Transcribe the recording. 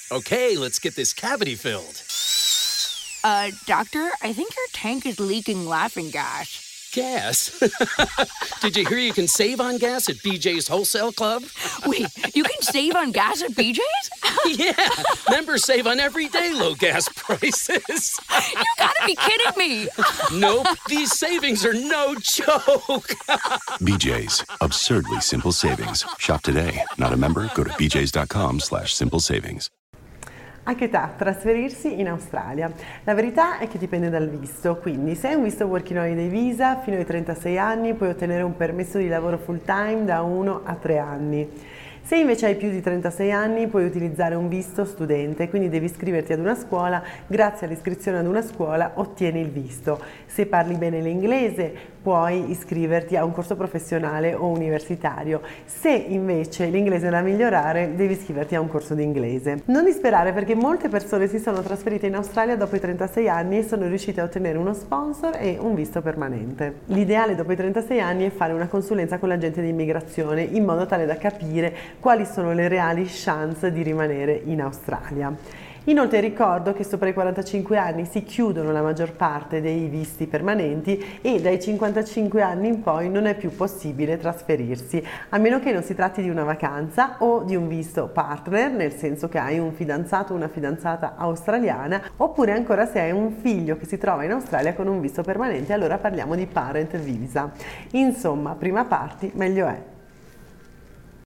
Okay, let's get this cavity filled. Doctor, I think your tank is leaking laughing gas. Gas? Did you hear you can save on gas at BJ's Wholesale Club? Wait, you can save on gas at BJ's? Yeah, members save on everyday low gas prices. You gotta be kidding me. Nope, these savings are no joke. BJ's, absurdly simple savings. Shop today. Not a member? Go to bjs.com/simple savings. A che età trasferirsi in Australia? La verità è che dipende dal visto, quindi se hai un visto Working Holiday Visa fino ai 36 anni puoi ottenere un permesso di lavoro full time da 1 a 3 anni. Se invece hai più di 36 anni puoi utilizzare un visto studente, quindi devi iscriverti ad una scuola, grazie all'iscrizione ad una scuola ottieni il visto. Se parli bene l'inglese puoi iscriverti a un corso professionale o universitario, se invece l'inglese è da migliorare devi iscriverti a un corso di inglese. Non disperare perché molte persone si sono trasferite in Australia dopo i 36 anni e sono riuscite a ottenere uno sponsor e un visto permanente. L'ideale dopo i 36 anni è fare una consulenza con l'agente di immigrazione in modo tale da capire quali sono le reali chance di rimanere in Australia. Inoltre ricordo che sopra i 45 anni si chiudono la maggior parte dei visti permanenti e dai 55 anni in poi non è più possibile trasferirsi, a meno che non si tratti di una vacanza o di un visto partner, nel senso che hai un fidanzato o una fidanzata australiana, oppure ancora se hai un figlio che si trova in Australia con un visto permanente, allora parliamo di parent visa. Insomma, prima parti meglio è.